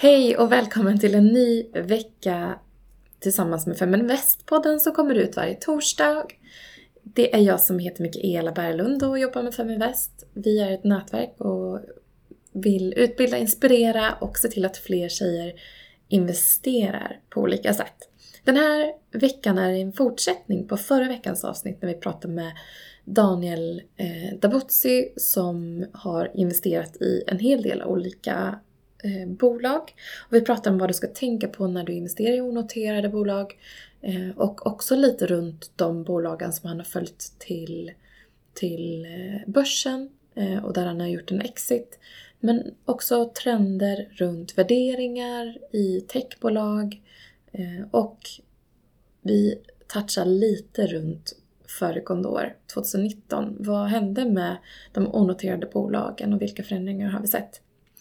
Hej och välkommen till en ny vecka tillsammans med Feminvest-podden som kommer ut varje torsdag. Det är jag som heter Mikaela Berglund och jobbar med Feminvest. Vi är ett nätverk och vill utbilda, inspirera och se till att fler tjejer investerar på olika sätt. Den här veckan är en fortsättning på förra veckans avsnitt när vi pratade med Daniel Dabutzi som har investerat i en hel del olika bolag. Och vi pratar om vad du ska tänka på när du investerar i onoterade bolag och också lite runt de bolagen som han har följt till börsen och där han har gjort en exit. Men också trender runt värderingar i techbolag och vi touchar lite runt föregående år, 2019. Vad hände med de onoterade bolagen och vilka förändringar har vi sett?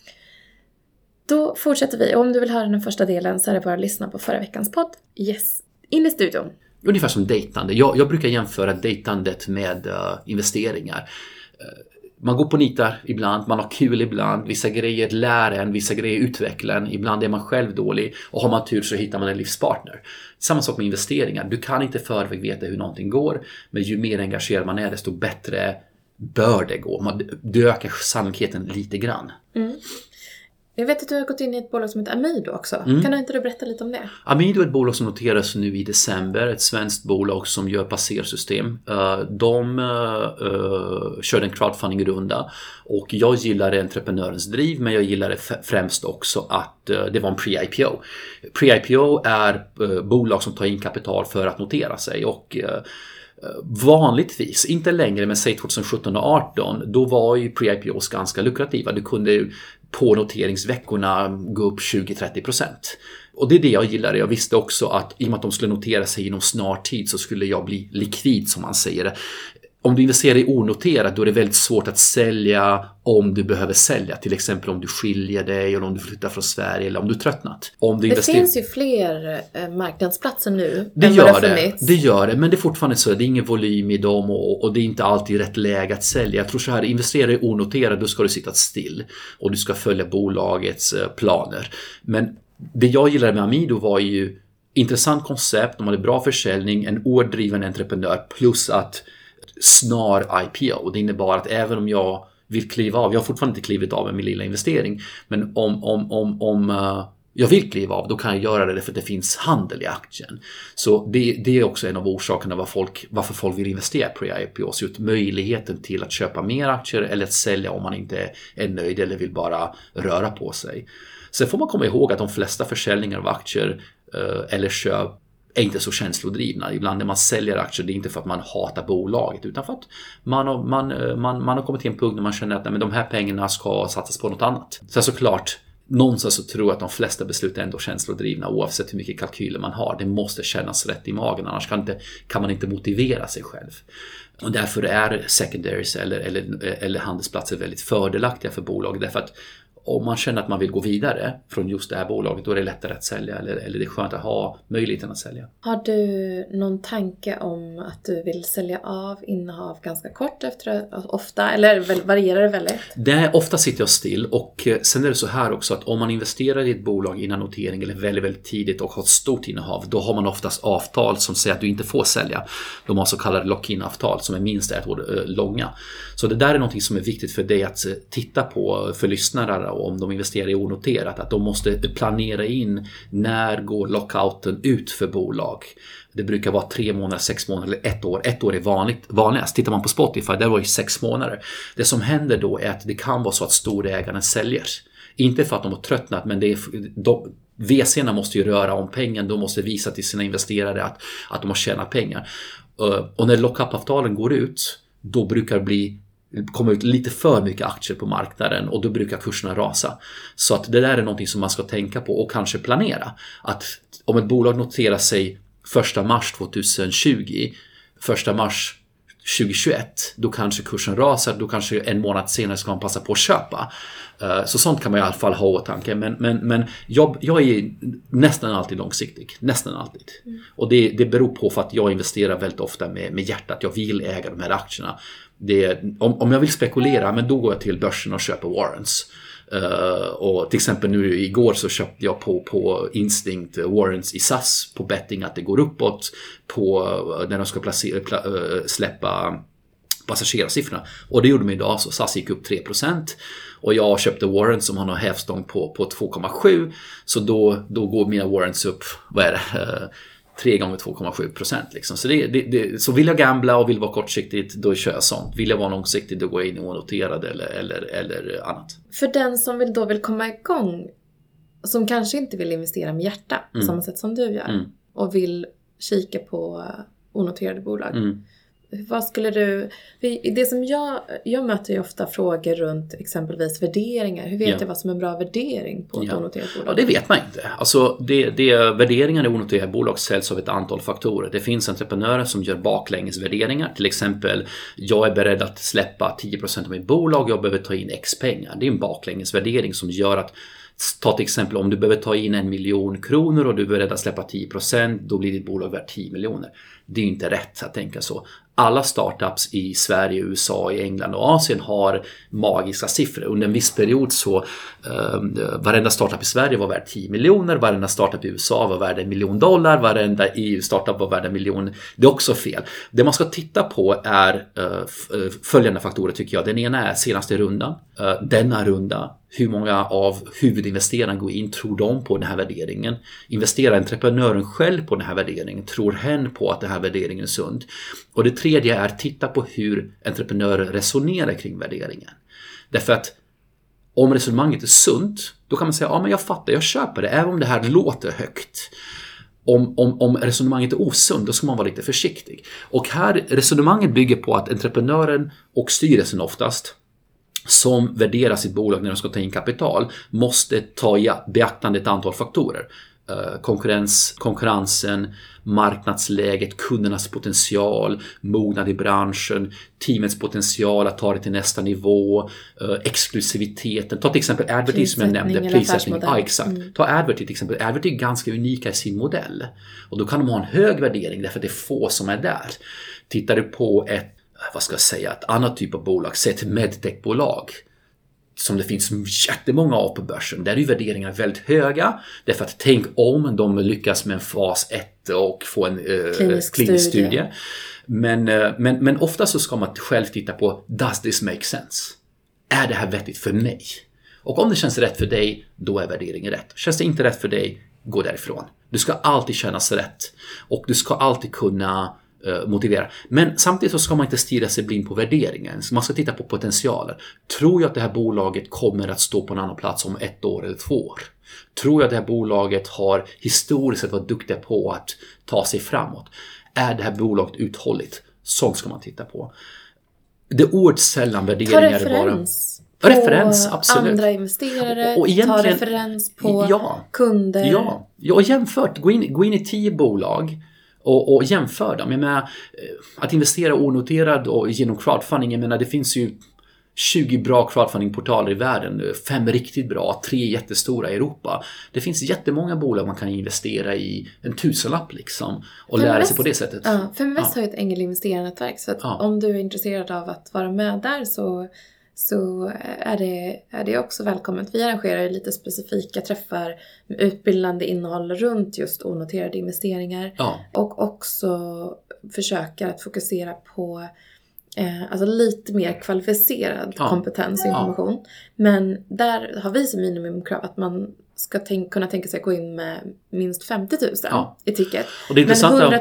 Då fortsätter vi. Och om du vill höra den första delen så är det bara att lyssna på förra veckans podd. Yes. In i studion. Ungefär som dejtande. Jag brukar jämföra dejtandet med investeringar. Man går på nitar ibland, man har kul ibland. Vissa grejer lär en, vissa grejer utvecklar en. Ibland är man själv dålig och har man tur så hittar man en livspartner. Samma sak med investeringar. Du kan inte förväg veta hur någonting går. Men ju mer engagerad man är desto bättre bör det gå. Du ökar sannolikheten lite grann. Mm. Jag vet att du har gått in i ett bolag som heter Amido också. Kan inte du berätta lite om det? Amido är ett bolag som noteras nu i december. Ett svenskt bolag som gör passersystem. De körde en crowdfunding-runda. Och jag gillar entreprenörens driv. Men jag gillar främst också att det var en pre-IPO. Pre-IPO är bolag som tar in kapital för att notera sig. Och vanligtvis, inte längre men säg 2017 och 2018, då var ju pre-IPOs ganska lukrativa. Du kunde på noteringsveckorna gå upp 20-30%. Och det är det jag gillar. Jag visste också att i och med att de skulle notera sig inom snar tid så skulle jag bli likvid som man säger. Om du investerar i onoterat då är det väldigt svårt att sälja om du behöver sälja. Till exempel om du skiljer dig eller om du flyttar från Sverige eller om du tröttnat. Det finns ju fler marknadsplatser nu. Det gör det, men det är fortfarande så. Det är ingen volym i dem och det är inte alltid rätt läge att sälja. Jag tror så här, investera i onoterat då ska du sitta still och du ska följa bolagets planer. Men det jag gillade med Amido var ju intressant koncept, de hade bra försäljning, en oerdriven entreprenör plus att snar IPO. Det innebar att även om jag vill kliva av, jag har fortfarande inte klivit av med min lilla investering, men om jag vill kliva av, då kan jag göra det för att det finns handel i aktien. Så det är också en av orsakerna varför folk vill investera pre-IPO. Så ut möjligheten till att köpa mer aktier eller att sälja om man inte är nöjd eller vill bara röra på sig. Sen får man komma ihåg att de flesta försäljningar av aktier eller köp är inte så känslodrivna. Ibland när man säljer aktier, det är inte för att man hatar bolaget utan för att man har kommit till en punkt när man känner att nej, men de här pengarna ska satsas på något annat. Så såklart, någonstans så tror jag att de flesta beslut är ändå känslodrivna oavsett hur mycket kalkyler man har. Det måste kännas rätt i magen, annars kan man inte motivera sig själv. Och därför är secondaries eller handelsplatser väldigt fördelaktiga för bolag. Därför att om man känner att man vill gå vidare från just det här bolaget, då är det lättare att sälja eller det är skönt att ha möjligheten att sälja. Har du någon tanke om att du vill sälja av innehav ganska kort ofta, eller varierar det väldigt? Ofta sitter jag still och sen är det så här också att om man investerar i ett bolag innan notering eller väldigt, väldigt tidigt och har ett stort innehav, då har man oftast avtal som säger att du inte får sälja. De har så kallade lock-in-avtal som är minst ett år långa. Så det där är något som är viktigt för dig att titta på för lyssnare om de investerar i onoterat, att de måste planera in när går lockouten ut för bolag. Det brukar vara 3 månader, 6 månader eller 1 år. 1 år är vanligast. Tittar man på Spotify, där var det 6 månader. Det som händer då är att det kan vara så att storägarna säljer. Inte för att de har tröttnat, men VC:na måste ju röra om pengar. De måste visa till sina investerare att de har tjänat pengar. Och när lockup-avtalen går ut, då brukar det komma ut lite för mycket aktier på marknaden och då brukar kurserna rasa. Så att det där är någonting som man ska tänka på och kanske planera. Att om ett bolag noterar sig 1 mars 2020, 1 mars 2021, då kanske kursen rasar, då kanske en månad senare ska man passa på att köpa. Så sånt kan man i alla fall ha i åtanke. Men jag är nästan alltid långsiktig. Nästan alltid. Och det beror på för att jag investerar väldigt ofta med hjärtat. Jag vill äga de här aktierna. Om jag vill spekulera, men då går jag till börsen och köper warrants. Och till exempel nu igår så köpte jag på Instinct warrants i SAS på betting att det går uppåt på när de ska släppa passagerarsiffrorna. Och det gjorde de idag, så SAS gick upp 3%. Och jag köpte warrants som har någon hävstång på 2,7. Så då går mina warrants upp, 3 gånger 2,7% liksom. Så, så vill jag gambla och vill vara kortsiktigt, då kör jag sånt. Vill jag vara långsiktig, då går jag in och noterad eller annat. För den som vill komma igång, som kanske inte vill investera med hjärta på samma sätt som du gör, och vill kika på onoterade bolag. Vad skulle du... Det som jag möter ju ofta frågor runt exempelvis värderingar. Hur vet jag vad som är en bra värdering på ett onoterat bolag? Ja, det vet man inte. Alltså, värderingar i onoterade bolag säljs av ett antal faktorer. Det finns entreprenörer som gör baklängesvärderingar. Till exempel, jag är beredd att släppa 10% av mitt bolag. Jag behöver ta in X pengar. Det är en baklängesvärdering som gör att, ta till exempel om du behöver ta in 1 miljon kronor och du är beredd att släppa 10%, då blir ditt bolag värt 10 miljoner. Det är inte rätt att tänka så. Alla startups i Sverige, USA, i England och Asien har magiska siffror. Under en viss period så varenda startup i Sverige var värd 10 miljoner, varenda startup i USA var värd $1 miljon, varenda EU-startup var värd 1 miljon. Det är också fel. Det man ska titta på är följande faktorer tycker jag. Den ena är senaste rundan. Denna runda. Hur många av huvudinvesterarna går in, tror de på den här värderingen? Investerar entreprenören själv på den här värderingen? Tror hen på att den här värderingen är sund? Och det tredje är titta på hur entreprenörer resonerar kring värderingen. Därför att om resonemanget är sunt, då kan man säga, ja men jag fattar, jag köper det, även om det här låter högt. Om resonemanget är osund, då ska man vara lite försiktig. Och här, resonemanget bygger på att entreprenören och styrelsen oftast, som värderar sitt bolag när de ska ta in kapital, måste ta i beaktande ett antal faktorer. Konkurrensen, marknadsläget, kundernas potential, mognad i branschen, teamets potential att ta det till nästa nivå, exklusiviteten. Ta till exempel Adverty som jag nämnde, prissättning. Ja, exakt. Ta Adverty till exempel. Adverty är ganska unika i sin modell. Och då kan de ha en hög värdering därför att det är få som är där. Tittar du på ett annat typ av bolag, säg ett medtechbolag som det finns jättemånga av på börsen, där är ju värderingarna väldigt höga, därför att tänk om de lyckas med en fas 1 och få en klinisk studie. Men ofta så ska man själv titta på, does this make sense? Är det här vettigt för mig? Och om det känns rätt för dig, då är värderingen rätt. Känns det inte rätt för dig, gå därifrån. Du ska alltid kännas rätt och du ska alltid kunna motivera. Men samtidigt så ska man inte stirra sig blind på värderingen. Man ska titta på potentialen. Tror jag att det här bolaget kommer att stå på en annan plats om 1 år eller 2 år? Tror jag att det här bolaget har historiskt sett varit duktiga på att ta sig framåt? Är det här bolaget uthålligt? Sånt ska man titta på. Det är oerhört sällan värderingar Ta referens, absolut. Andra investerare, och ta referens på kunder. Ja, och jämfört. Gå in i 10 bolag och jämför dem. Jag menar, att investera onoterad och genom crowdfunding, jag menar, det finns ju 20 bra crowdfundingportaler i världen, 5 riktigt bra, 3 jättestora i Europa. Det finns jättemånga bolag man kan investera i, en 1000-lapp liksom, och lära sig på det sättet. Ja, Feminvest har ju ett ängelinvesterarnätverk, så att om du är intresserad av att vara med där så är det också välkommet. Vi arrangerar lite specifika träffar med utbildande innehåll runt just onoterade investeringar. Och också försöker att fokusera på alltså lite mer kvalificerad kompetens och information. Men där har vi som minimumkrav att man ska kunna tänka sig att gå in med minst 50 000 i ticket. Och det men 100 000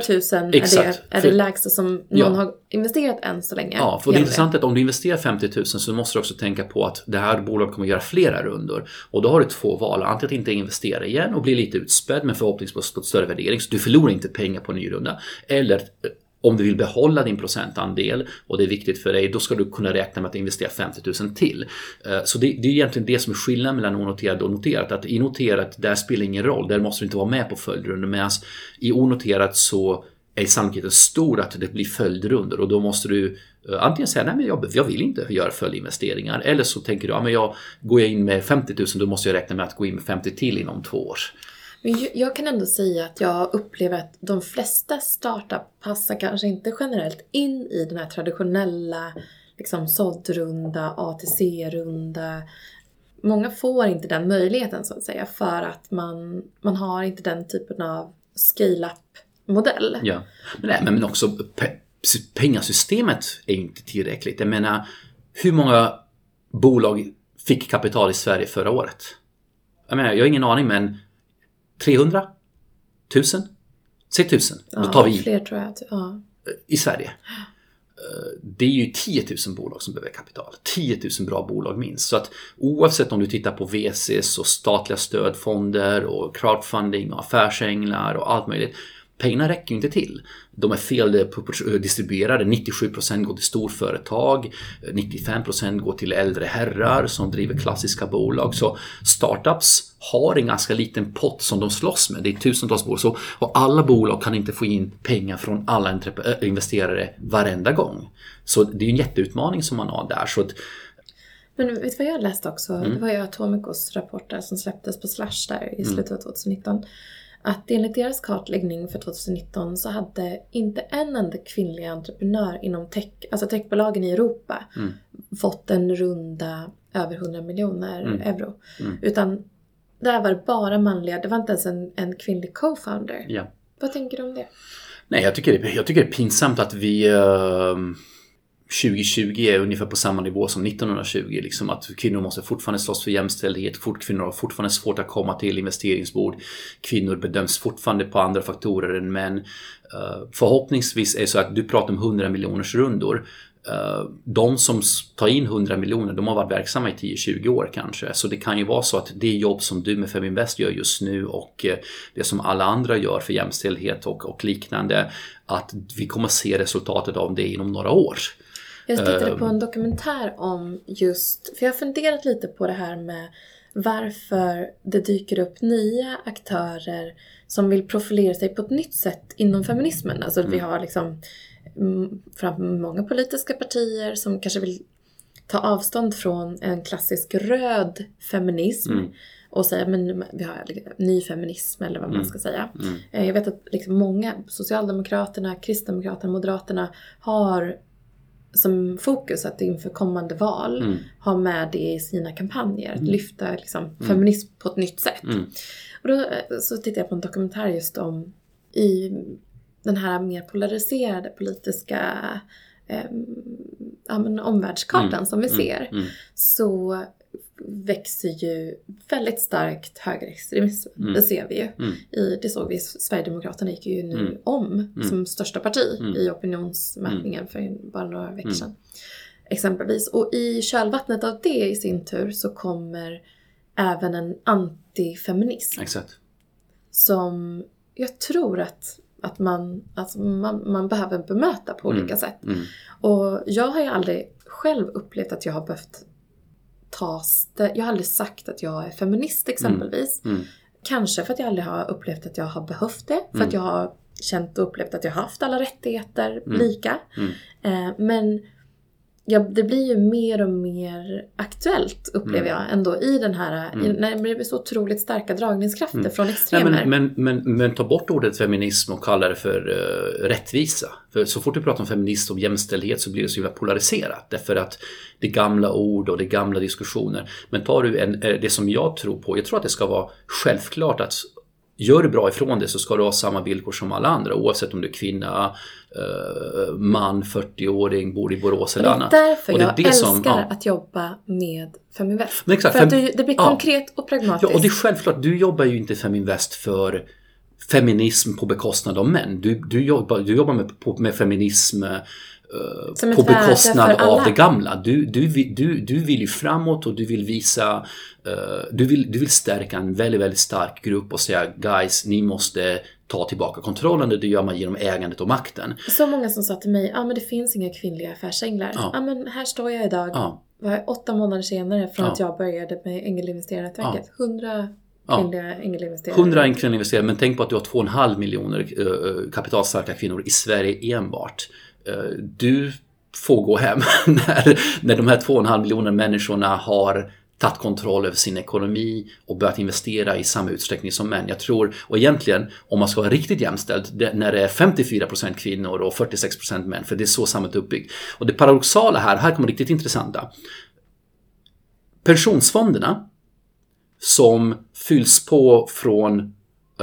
är det lägsta som någon har investerat än så länge. Ja, för det är intressant att om du investerar 50 000 så måste du också tänka på att det här bolaget kommer att göra flera rundor. Och då har du 2 val. Antingen att inte investera igen och bli lite utspädd, men förhoppningsvis på större värdering. Så du förlorar inte pengar på en ny runda. Eller om du vill behålla din procentandel och det är viktigt för dig, då ska du kunna räkna med att investera 50 000 till. Så det är egentligen det som är skillnaden mellan onoterat och noterat. Att i noterat, där spelar ingen roll. Där måste du inte vara med på följdrundor. Medan i onoterat så är sannolikheten stor att det blir följdrundor. Och då måste du antingen säga, nej men jag vill inte göra följdinvesteringar. Eller så tänker du, ja men går jag in med 50 000, då måste jag räkna med att gå in med 50 till inom 2 år. Men jag kan ändå säga att jag upplever att de flesta startup passar kanske inte generellt in i den här traditionella liksom såddrunda, ATC-runda många får inte den möjligheten så att säga, för att man har inte den typen av scale-up-modell. Ja, men också pengasystemet är inte tillräckligt. Jag menar, hur många bolag fick kapital i Sverige förra året? Jag har ingen aning, men 300? 1000? Säg 1000. Då tar vi fler tror jag. Ja. I Sverige. Det är ju 10 000 bolag som behöver kapital. 10 000 bra bolag minst. Så att oavsett om du tittar på VCs och statliga stödfonder och crowdfunding och affärsänglar och allt möjligt. Pengarna räcker ju inte till. De är fel distribuerade. 97% går till storföretag. 95% går till äldre herrar som driver klassiska bolag. Så startups har en ganska liten pott som de slåss med. Det är tusentals bolag. Och alla bolag kan inte få in pengar från alla investerare varenda gång. Så det är en jätteutmaning som man har där. Så att, men vet du vad jag läste också? Det var ju Atomicos rapporter som släpptes på Slash där i slutet av 2019. Att enligt deras kartläggning för 2019 så hade inte en enda kvinnlig entreprenör inom techbolagen i Europa fått en runda över 100 miljoner euro. Utan där var det bara manliga, det var inte ens en kvinnlig co-founder. Ja. Vad tänker du om det? Nej, jag tycker det är pinsamt att vi 2020 är ungefär på samma nivå som 1920. Liksom att kvinnor måste fortfarande slåss för jämställdhet. Kvinnor har fortfarande svårt att komma till investeringsbord. Kvinnor bedöms fortfarande på andra faktorer än män. Förhoppningsvis är det så att du pratar om 100 miljoners rundor. De som tar in 100 miljoner, de har varit verksamma i 10-20 år kanske. Så det kan ju vara så att det jobb som du med Feminvest gör just nu och det som alla andra gör för jämställdhet och liknande, att vi kommer att se resultatet av det inom några år. Jag tittade på en dokumentär om just, för jag har funderat lite på det här med varför det dyker upp nya aktörer som vill profilera sig på ett nytt sätt inom feminismen. Alltså vi har liksom många politiska partier som kanske vill ta avstånd från en klassisk röd feminism och säga men vi har ny feminism eller vad man ska säga. Jag vet att liksom många, Socialdemokraterna, Kristdemokraterna, Moderaterna har som fokus att inför kommande val ha med det i sina kampanjer. Att lyfta liksom, feminism på ett nytt sätt. Och då så tittade jag på en dokumentär just om i den här mer polariserade politiska omvärldskartan som vi ser. Så växer ju väldigt starkt högerextremism. Det ser vi ju. Det såg vi, Sverigedemokraterna gick ju nu om som största parti i opinionsmätningen för bara några veckor sedan. Exempelvis. Och i kölvattnet av det i sin tur så kommer även en antifeminism. Exakt. Som jag tror att man behöver bemöta på olika sätt. Och jag har ju aldrig själv upplevt att jag har behövt jag har aldrig sagt att jag är feminist exempelvis. Kanske för att jag aldrig har upplevt att jag har behövt det. För att jag har känt och upplevt att jag har haft alla rättigheter lika. Men det blir ju mer och mer aktuellt upplever jag ändå i den här när det blir så otroligt starka dragningskrafter från extremer. Nej, men ta bort ordet feminism och kalla det för rättvisa. För så fort du pratar om feminism och jämställdhet så blir det så himla polariserat. Därför att det är gamla ord och det är gamla diskussioner. Men tar du det som jag tror att det ska vara självklart att gör du bra ifrån det så ska du ha samma villkor som alla andra. Oavsett om du är kvinna, man, 40-åring, bor i Borås eller annat. Det är därför jag älskar att jobba med Feminvest. För att det blir konkret och pragmatiskt. Ja, och det är självklart. Du jobbar ju inte Feminvest för feminism på bekostnad av män. Du jobbar med feminism på bekostnad av det gamla. Du vill ju framåt och du vill visa du vill stärka en väldigt, väldigt stark grupp och säga guys, ni måste ta tillbaka kontrollen. Det gör man genom ägandet och makten. Så många som sa till mig, men det finns inga kvinnliga affärsänglar. Men här står jag idag. 8 månader senare från att jag började med Ängelinvesterarnätverket. 100 kvinnliga ängelinvesterare. 100 kvinnliga investerare, men tänk på att du har 2,5 miljoner kapitalstarka kvinnor i Sverige enbart. Du får gå hem när de här 2,5 miljoner människorna har tagit kontroll över sin ekonomi och börjat investera i samma utsträckning som män. Jag tror, och egentligen om man ska vara riktigt jämställd, när det är 54% kvinnor och 46% män, för det är så samhället uppbyggt. Och det paradoxala här kommer riktigt intressanta. Pensionsfonderna som fylls på från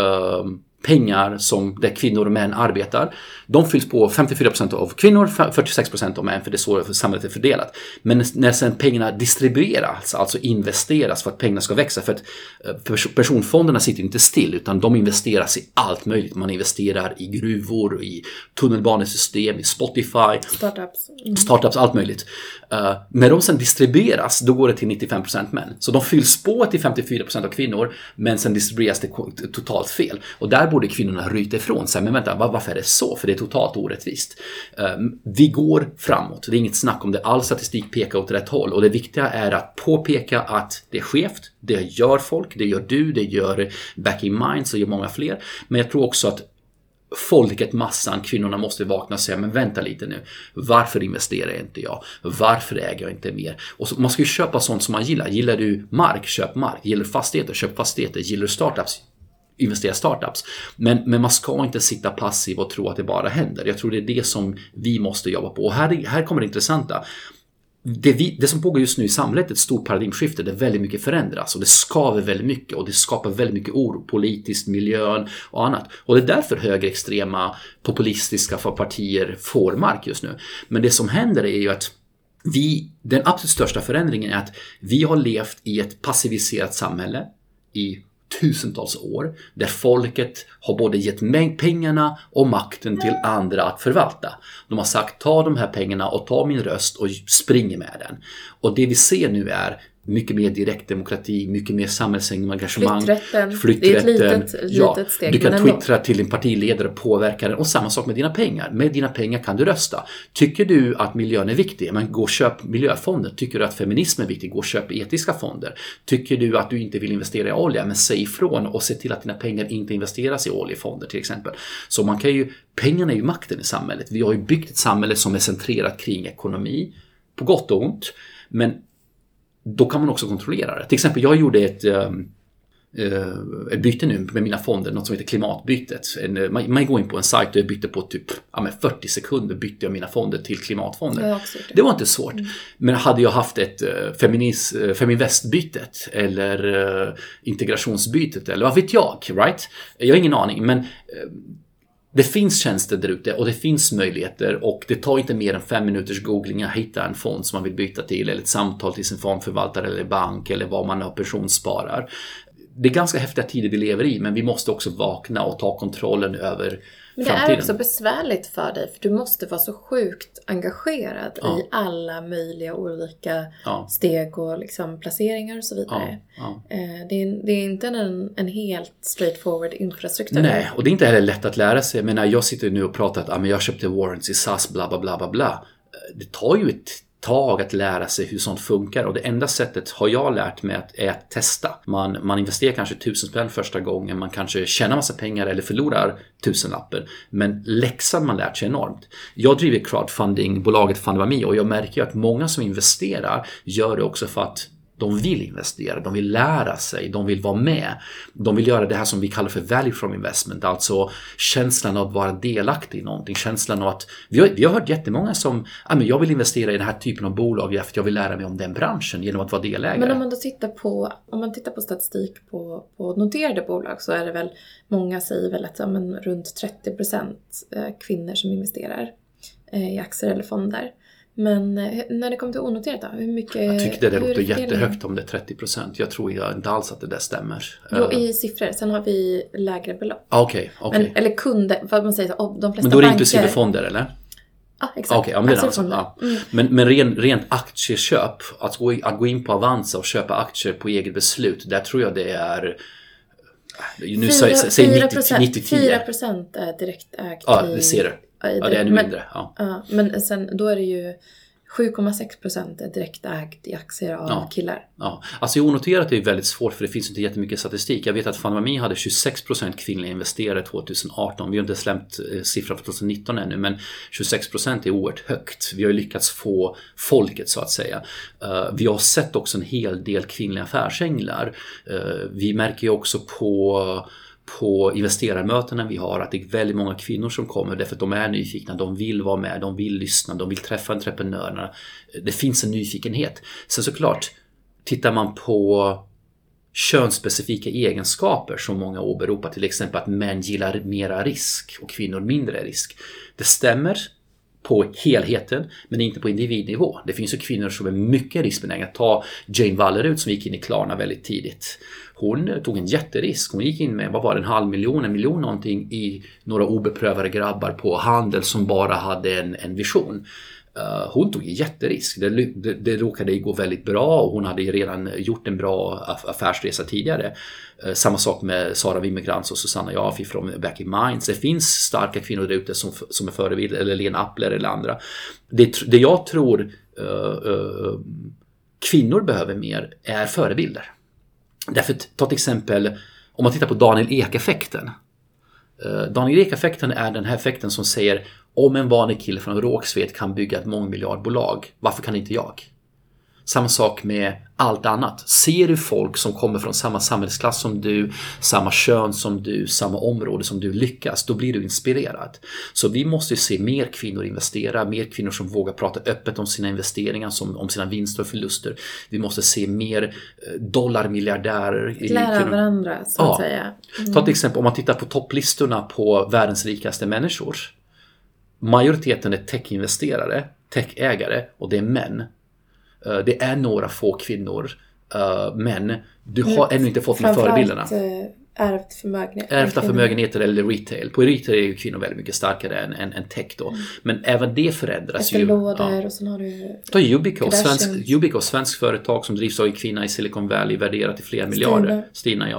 pengar där kvinnor och män arbetar. De fylls på 54% av kvinnor, 46% av män, för det är så samhället är fördelat. Men när sen pengarna distribueras, alltså investeras för att pengarna ska växa, för att personfonderna sitter inte still, utan de investeras i allt möjligt. Man investerar i gruvor, i tunnelbanesystem, i Spotify, startups, allt möjligt. När de sen distribueras, då går det till 95% män. Så de fylls på till 54% av kvinnor, men sen distribueras det totalt fel. Och där borde kvinnorna ryta ifrån sig. Men vänta, varför är det så? För det är totalt orättvist. Vi går framåt. Det är inget snack om det. All statistik pekar åt rätt håll. Och det viktiga är att påpeka att det är skevt. Det gör folk. Det gör du. Det gör Back in Minds och gör många fler. Men jag tror också att folket, massan, kvinnorna måste vakna och säga, men vänta lite nu. Varför investerar inte jag? Varför äger jag inte mer? Och så, man ska ju köpa sånt som man gillar. Gillar du mark? Köp mark. Gillar du fastigheter? Köp fastigheter. Gillar du startups? Investera startups. Men man ska inte sitta passiv och tro att det bara händer. Jag tror det är det som vi måste jobba på. Och här kommer det intressanta. Det som pågår just nu i samhället är ett stort paradigmskifte där väldigt mycket förändras och det skaver väldigt mycket och det skapar väldigt mycket oro politiskt, miljön och annat. Och det är därför högerextrema populistiska partier får mark just nu. Men det som händer är ju att den absolut största förändringen är att vi har levt i ett passiviserat samhälle i tusentals år där folket har både gett pengarna och makten till andra att förvalta. De har sagt, ta de här pengarna och ta min röst och spring med den. Och det vi ser nu är mycket mer direktdemokrati, mycket mer samhällsengagemang. Flytträtten. Det är ett litet steg. Du kan twittra till din partiledare och påverka den. Och samma sak med dina pengar. Med dina pengar kan du rösta. Tycker du att miljön är viktig? Men gå och köp miljöfonder. Tycker du att feminism är viktig? Gå och köp etiska fonder. Tycker du att du inte vill investera i olja? Men säg ifrån och se till att dina pengar inte investeras i oljefonder till exempel. Så man kan ju, pengarna är ju makten i samhället. Vi har ju byggt ett samhälle som är centrerat kring ekonomi. På gott och ont. Men då kan man också kontrollera det. Till exempel, jag gjorde ett byte nu med mina fonder, något som heter klimatbytet. Man går in på en sajt och jag bytte på typ 40 sekunder bytte jag mina fonder till klimatfonder. Det var inte svårt. Men hade jag haft ett feminvestbytet eller integrationsbytet eller vad vet jag, right? Jag har ingen aning, men det finns tjänster där ute och det finns möjligheter och det tar inte mer än 5 minuters googling att hitta en fond som man vill byta till eller ett samtal till sin fondförvaltare eller bank eller vad man har pensionssparar. Det är ganska häftiga tider vi lever i, men vi måste också vakna och ta kontrollen över men det framtiden. är också besvärligt för dig för du måste vara så sjukt engagerad i alla möjliga olika steg och liksom placeringar och så vidare. Det är inte en helt straightforward infrastruktur. Nej, och det är inte heller lätt att lära sig. Men när jag sitter nu och pratar att jag köpte warrants i SAS, bla bla bla bla bla. Det tar ju ett tag att lära sig hur sånt funkar och det enda sättet har jag lärt mig är att testa. Man investerar kanske 1000 spänn första gången, man kanske tjänar massa pengar eller förlorar 1000-lappen, men läxan man lärt sig enormt. Jag driver crowdfunding-bolaget Fundami och jag märker att många som investerar gör det också för att de vill investera, de vill lära sig, de vill vara med. De vill göra det här som vi kallar för value from investment, alltså känslan av att vara delaktig i någonting, känslan av att vi har hört jättemånga som jag vill investera i den här typen av bolag för att jag vill lära mig om den branschen genom att vara delägare. Men om man då tittar på statistik på noterade bolag så är det väl, många säger väl att runt 30% kvinnor som investerar i aktier eller fonder. Men när det kommer till onoterat då? Hur mycket? Jag tycker det låter jättehögt om det är 30%. Jag tror inte alls att det där stämmer. Jo, i siffror. Sen har vi lägre belopp. Okej. Eller kunder, vad man säger. De flesta men då är det inklusive fonder, eller? Ja, exakt. Okej, men det är alltså, Men rent aktieköp, att gå in på Avanza och köpa aktier på eget beslut, där tror jag det är... Nu säg 90-10. 4% är direkt ägt. Ja, det ser du. Ja, det är ännu mindre. Men sen då är det ju 7,6% är direkt ägt i aktier av killar. Ja, alltså onoterat är ju väldigt svårt för det finns inte jättemycket statistik. Jag vet att Fundami hade 26% kvinnliga investerare 2018. Vi har inte släppt siffran för 2019 ännu, men 26% är oerhört högt. Vi har ju lyckats få folket så att säga. Vi har sett också en hel del kvinnliga affärsänglar. Vi märker ju också på investerarmötena vi har att det är väldigt många kvinnor som kommer därför att de är nyfikna, de vill vara med, de vill lyssna, de vill träffa entreprenörerna. Det finns en nyfikenhet. Sen såklart, tittar man på könsspecifika egenskaper som många åberopar, till exempel att män gillar mera risk och kvinnor mindre risk. Det stämmer på helheten, men inte på individnivå. Det finns ju kvinnor som är mycket riskbenägna. Ta Jane Wallerud som gick in i Klarna väldigt tidigt. Hon tog en jätterisk. Hon gick in med, vad var det, 500 000, 1 miljon någonting i några obeprövade grabbar på handel som bara hade en vision. Hon tog en jätterisk. Det råkade gå väldigt bra och hon hade redan gjort en bra affärsresa tidigare. Samma sak med Sara Wimmerkrantz och Susanna Jaffe från Back in Minds. Det finns starka kvinnor där ute som är förebild, eller Lena Appler eller andra. Det jag tror kvinnor behöver mer är förebilder. Därför, ta till exempel, om man tittar på Daniel Ek-effekten. Daniel Ek-effekten är den här effekten som säger: om en vanlig kille från Rågsved kan bygga ett mångmiljardbolag, varför kan inte jag? Samma sak med allt annat. Ser du folk som kommer från samma samhällsklass som du, samma kön som du, samma område som du lyckas, då blir du inspirerad. Så vi måste se mer kvinnor investera, mer kvinnor som vågar prata öppet om sina investeringar, om sina vinster och förluster. Vi måste se mer dollarmiljardärer. Lära varandra, så att säga. Ta till exempel, om man tittar på topplistorna på världens rikaste människor. Majoriteten är techinvesterare, techägare, och det är män. Det är några få kvinnor, men du har ännu inte fått med förebilderna. Ärvda förmögenheter eller retail. På retail är ju kvinnor väldigt mycket starkare än tech då. Men även det förändras ju. Och sen har du... Ta Yubico, svensk företag som drivs av en kvinna i Silicon Valley, värderat till flera miljarder. Stina,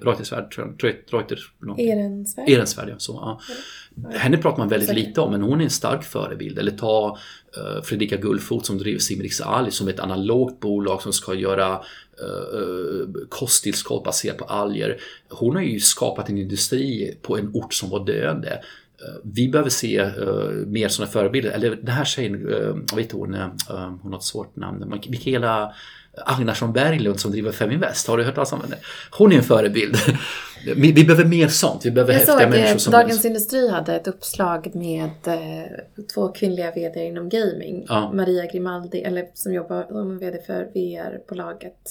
Ehrensvärd, ja. Så, ja. Henne pratar man väldigt lite om, men hon är en stark förebild. Eller ta Fredrika Gullfot som driver Simrix Ali som ett analogt bolag som ska göra kosttillskott baserat på alger. Hon har ju skapat en industri på en ort som var döende. Vi behöver se mer sådana förebilder. Eller den här tjejen, vet hon har ett svårt namn, Mikaela Agnarsson Berglund som driver Feminvest. Har du hört talas om henne? Hon är en förebild. Vi behöver mer sånt. Vi behöver häftiga människor som... Dagens Industri hade ett uppslag med 2 kvinnliga vd inom gaming. Ja. Maria Grimaldi, eller som jobbar som vd för VR-bolaget.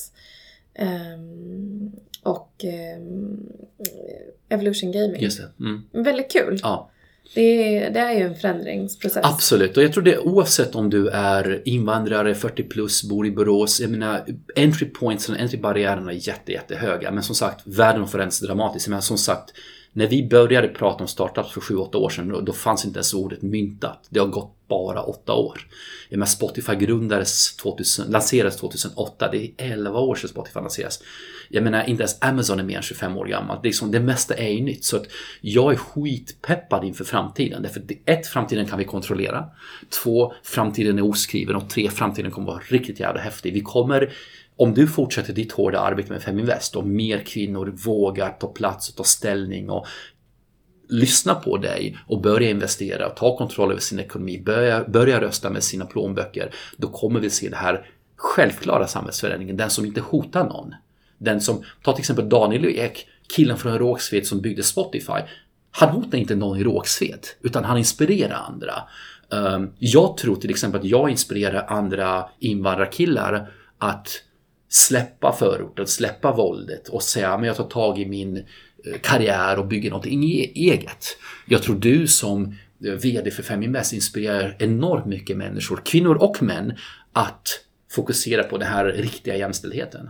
Och Evolution Gaming. Just det. Mm. Väldigt kul. Ja. Det är ju en förändringsprocess. Absolut, och jag tror det oavsett om du är invandrare, 40 plus, bor i Borås. Jag menar, entry points och entry-barriärerna är jättehöga. Men som sagt, världen förändras dramatiskt. Men som sagt, när vi började prata om startups för 7-8 år sedan, då fanns inte ens ordet myntat. Det har gått bara 8 år. Jag menar, Spotify lanserades 2008. Det är 11 år sedan Spotify lanserades. Jag menar, inte ens Amazon är mer än 25 år gammalt. Det mesta är ju nytt. Så att jag är skitpeppad inför framtiden. Därför 1, framtiden kan vi kontrollera. 2, framtiden är oskriven. Och 3, framtiden kommer vara riktigt jävla häftig. Vi kommer... Om du fortsätter ditt hårda arbete med Feminvest och mer kvinnor vågar ta plats och ta ställning och lyssna på dig och börja investera och ta kontroll över sin ekonomi, börja rösta med sina plånböcker, då kommer vi se det här självklara samhällsförändringen, den som inte hotar någon. Den som, ta till exempel Daniel Ek, killen från Rågsved som byggde Spotify. Han hotar inte någon i Rågsved, utan han inspirerar andra. Jag tror till exempel att jag inspirerar andra invandrarkillar att släppa förorten, släppa våldet och säga men jag tar tag i min karriär och bygger någonting eget. Jag tror du som vd för Feminvest inspirerar enormt mycket människor, kvinnor och män, att fokusera på den här riktiga jämställdheten.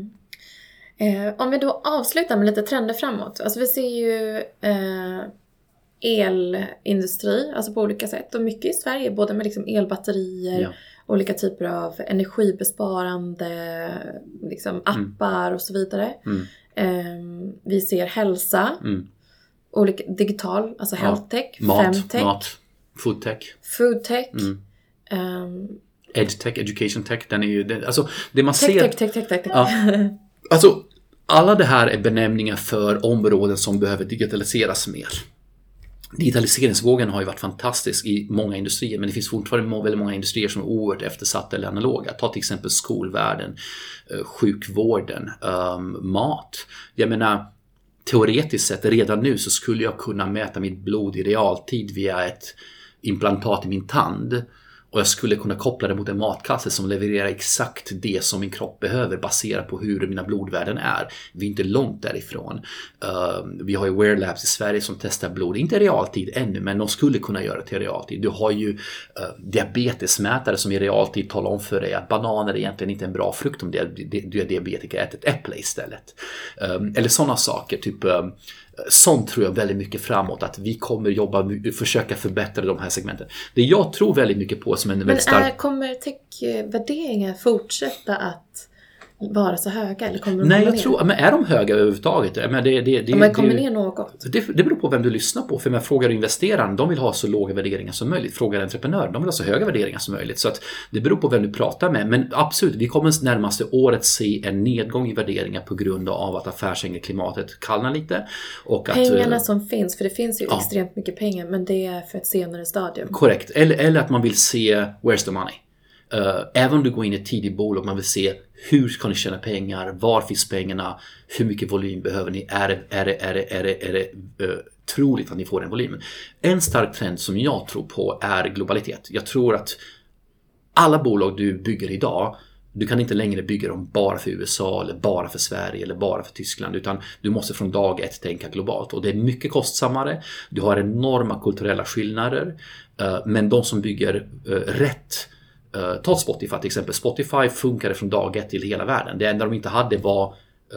Om vi då avslutar med lite trender framåt. Alltså vi ser ju elindustri, alltså på olika sätt. Och mycket i Sverige, både med liksom elbatterier, olika typer av energibesparande liksom appar och så vidare. Vi ser hälsa, olika digital, alltså healthtech, femtech, foodtech. Edtech, education tech, den är ju alltså det man ser. Alltså alla det här är benämningar för områden som behöver digitaliseras mer. Digitaliseringsvågen har ju varit fantastisk i många industrier, men det finns fortfarande väldigt många industrier som är oerhört eftersatta eller analoga. Ta till exempel skolvärlden, sjukvården, mat. Jag menar, teoretiskt sett redan nu så skulle jag kunna mäta mitt blod i realtid via ett implantat i min tand Och jag skulle kunna koppla det mot en matkasse som levererar exakt det som min kropp behöver baserat på hur mina blodvärden är. Vi är inte långt därifrån. Vi har ju Wear Labs i Sverige som testar blod. Inte i realtid ännu, men de skulle kunna göra det till realtid. Du har ju diabetesmätare som i realtid talar om för dig att bananer är egentligen inte en bra frukt om du är diabetiker. Ät ett äpple istället. Eller sådana saker, typ... Sånt tror jag väldigt mycket framåt, att vi kommer försöka förbättra de här segmenten. Det jag tror väldigt mycket på som en väldigt stark... Kommer tech-värderingar fortsätta att vara så höga? Eller kommer de Nej, jag tror... Men är de höga överhuvudtaget? Men de kommer ner något. Det beror på vem du lyssnar på. För jag frågar investeraren, de vill ha så låga värderingar som möjligt. Frågar entreprenören, de vill ha så höga värderingar som möjligt. Så att det beror på vem du pratar med. Men absolut, vi kommer närmaste året se en nedgång i värderingar på grund av att affärsängeklimatet kallnar lite. Och pengarna som finns, för det finns ju extremt mycket pengar, men det är för ett senare stadium. Korrekt. Eller att man vill se where's the money. Även om du går in i ett tidigt bolag, man vill se hur kan ni tjäna pengar, var finns pengarna, hur mycket volym behöver ni, är det troligt att ni får den volymen. En stark trend som jag tror på är globalitet. Jag tror att alla bolag du bygger idag, du kan inte längre bygga dem bara för USA eller bara för Sverige eller bara för Tyskland, utan du måste från dag ett tänka globalt, och det är mycket kostsammare, du har enorma kulturella skillnader, men de som bygger rätt. Ta Spotify till exempel. Spotify funkade från dag ett till hela världen. Det enda de inte hade var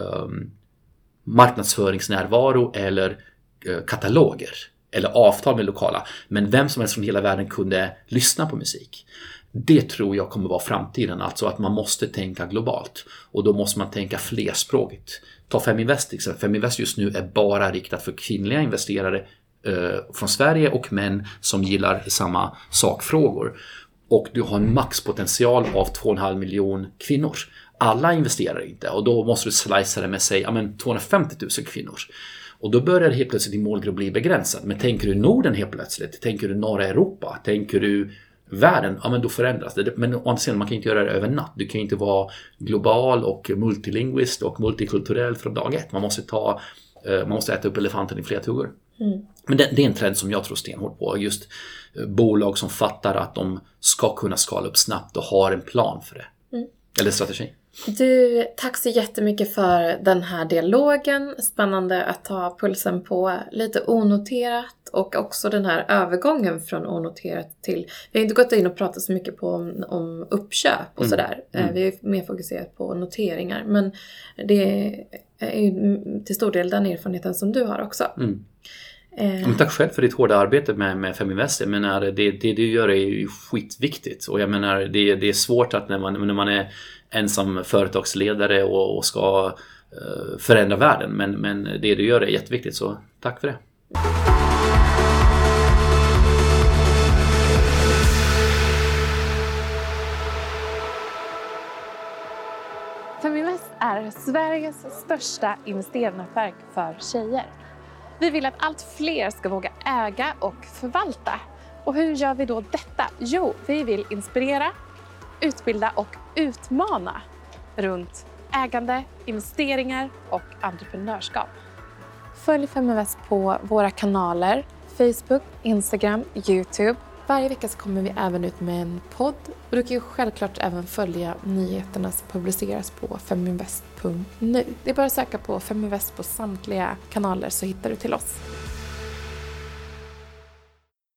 marknadsföringsnärvaro eller kataloger eller avtal med lokala. Men vem som helst från hela världen kunde lyssna på musik. Det tror jag kommer vara framtiden. Alltså att man måste tänka globalt. Och då måste man tänka flerspråkigt. Ta Feminvest till exempel. Feminvest just nu är bara riktat för kvinnliga investerare från Sverige och män som gillar samma sakfrågor. Och du har en maxpotential av 2,5 miljoner kvinnor. Alla investerar inte, och då måste du slicea det med sig 250 000 kvinnor. Och då börjar helt plötsligt din målgrupp bli begränsad. Men tänker du Norden helt plötsligt, tänker du norra Europa, tänker du världen, då förändras det. Men å andra sidan, man kan inte göra det över natt. Du kan inte vara global och multilingvist och multikulturell från dag ett. Man måste äta upp elefanten i flera tuggar. Men det är en trend som jag tror stenhårt på. Just bolag som fattar att de ska kunna skala upp snabbt och har en plan för det. Eller strategi. Du, tack så jättemycket för den här dialogen. Spännande att ta pulsen på lite onoterat, och också den här övergången från onoterat till... Vi har inte gått in och pratat så mycket om uppköp och sådär. Vi är mer fokuserat på noteringar. Men det är ju till stor del den erfarenheten som du har också. Men tack själv för ditt hårda arbete med Feminvest. Jag menar, det du gör är ju skitviktigt. Och jag menar, det är svårt att när man är ensam företagsledare och ska förändra världen. Men det du gör är jätteviktigt, så tack för det. Feminvest är Sveriges största investeringsnätverk för tjejer. Vi vill att allt fler ska våga äga och förvalta. Och hur gör vi då detta? Jo, vi vill inspirera, utbilda och utmana runt ägande, investeringar och entreprenörskap. Följ Feminvest på våra kanaler, Facebook, Instagram, YouTube. Varje vecka så kommer vi även ut med en podd. Och du kan ju självklart även följa nyheterna som publiceras på feminvest.nu. Det är bara att söka på Feminvest på samtliga kanaler så hittar du till oss.